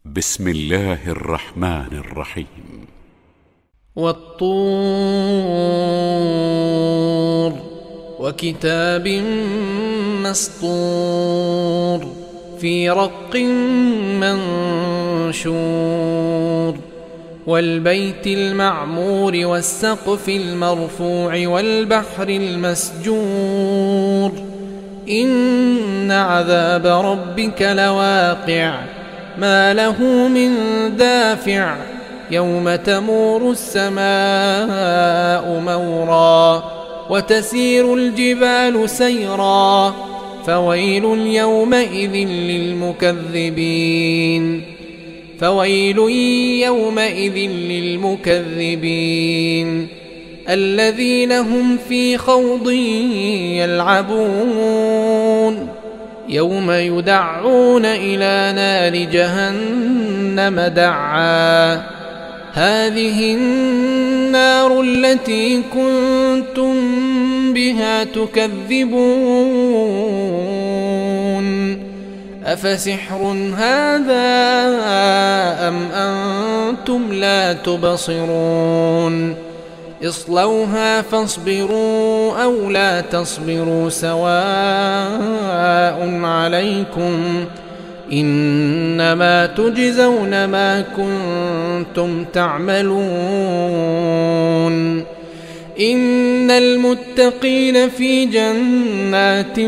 بسم الله الرحمن الرحيم. والطور وكتاب مسطور في رق منشور والبيت المعمور والسقف المرفوع والبحر المسجور إن عذاب ربك لواقع ما له من دافع يوم تمور السماء مورا وتسير الجبال سيرا فويل يومئذ للمكذبين الذين هم في خوض يلعبون يوم يدعون إلى نار جهنم دعا هذه النار التي كنتم بها تكذبون أفسحر هذا أم أنتم لا تبصرون اصلوها فاصبروا أو لا تصبروا سواء عليكم إنما تجزون ما كنتم تعملون إن المتقين في جنات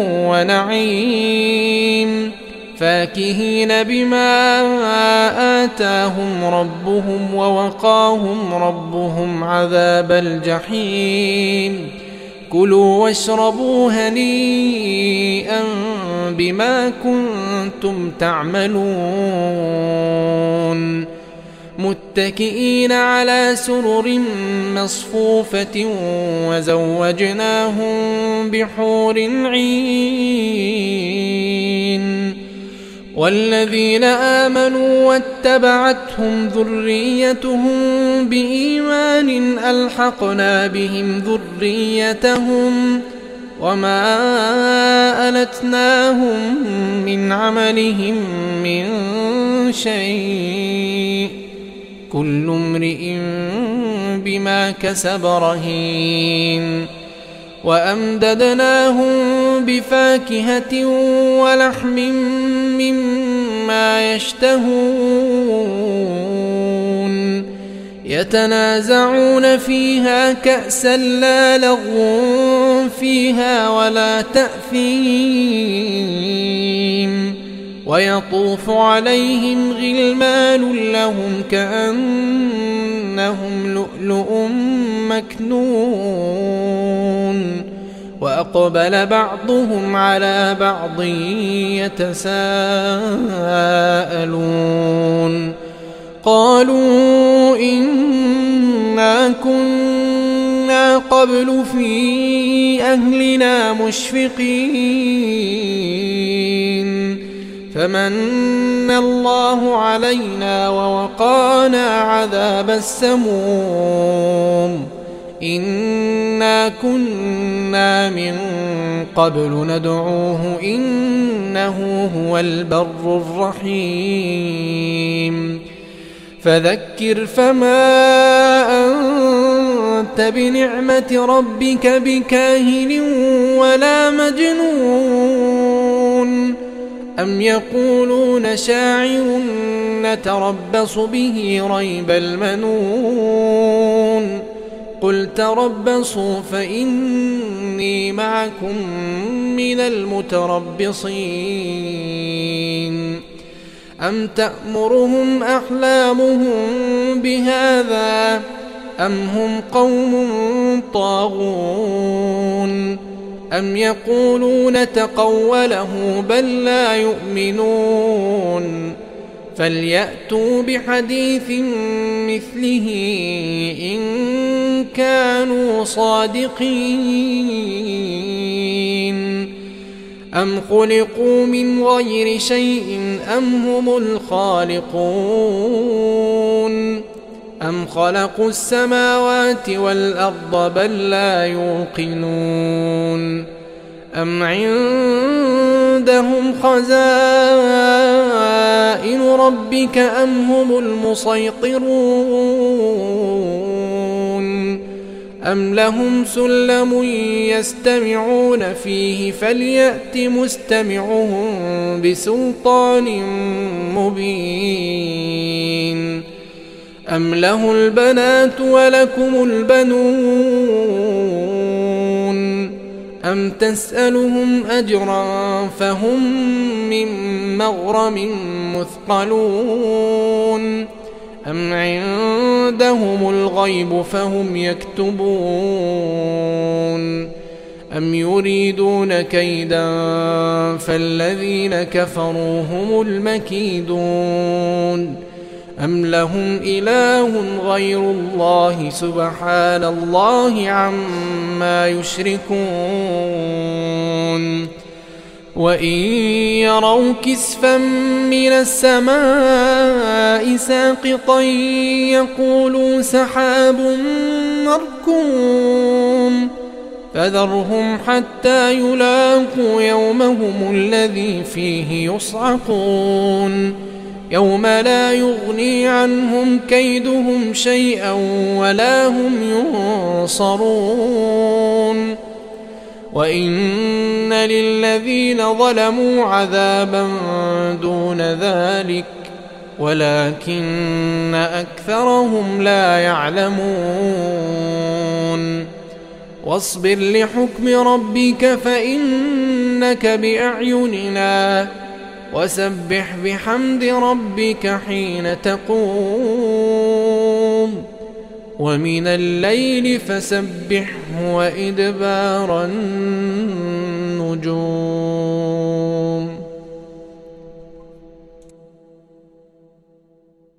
ونعيم فاكهين بما آتاهم ربهم ووقاهم ربهم عذاب الجحيم كلوا واشربوا هنيئا بما كنتم تعملون متكئين على سرر مصفوفة وزوجناهم بحور عين والذين آمنوا واتبعتهم ذريتهم بإيمان ألحقنا بهم ذريتهم وما ألتناهم من عملهم من شيء كل امرئ بما كسب رهين وأمددناهم بفاكهة ولحم مما يشتهون يتنازعون فيها كأسا لا لغو فيها ولا تأثيم ويطوف عليهم غلمان لهم كأنهم لؤلؤ مكنون وأقبل بعضهم على بعض يتساءلون قالوا إنا كنا قبل في أهلنا مشفقين فمن الله علينا ووقانا عذاب السموم إنا كنا من قبل ندعوه إنه هو البر الرحيم فذكر فما أنت بنعمة ربك بكاهن ولا مجنون أم يقولون شاعر نتربص به ريب المنون قل تربصوا فإني معكم من المتربصين أم تأمرهم أحلامهم بهذا أم هم قوم طاغون أم يقولون تقوله بل لا يؤمنون فليأتوا بحديث مثله إن كانوا صادقين أم خلقوا من غير شيء أم هم الخالقون أم خلقوا السماوات والأرض بل لا يوقنون أم عندهم خزائن ربك أم هم المسيطرون أم لهم سلم يستمعون فيه فليأت مستمعهم بسلطان مبين أم له البنات ولكم البنون أم تسألهم أجرا فهم من مغرم مثقلون أم عندهم الغيب فهم يكتبون أم يريدون كيدا فالذين كفروا هم المكيدون أم لهم إله غير الله سبحان الله عما يشركون وإن يروا كسفا من السماء ساقطا يقولوا سحاب مركوم فذرهم حتى يلاقوا يومهم الذي فيه يصعقون يوم لا يغني عنهم كيدهم شيئا ولا هم ينصرون وإن للذين ظلموا عذابا دون ذلك ولكن أكثرهم لا يعلمون واصبر لحكم ربك فإنك بأعيننا وسبح بحمد ربك حين تقوم ومن الليل فسبحه وإدبار النجوم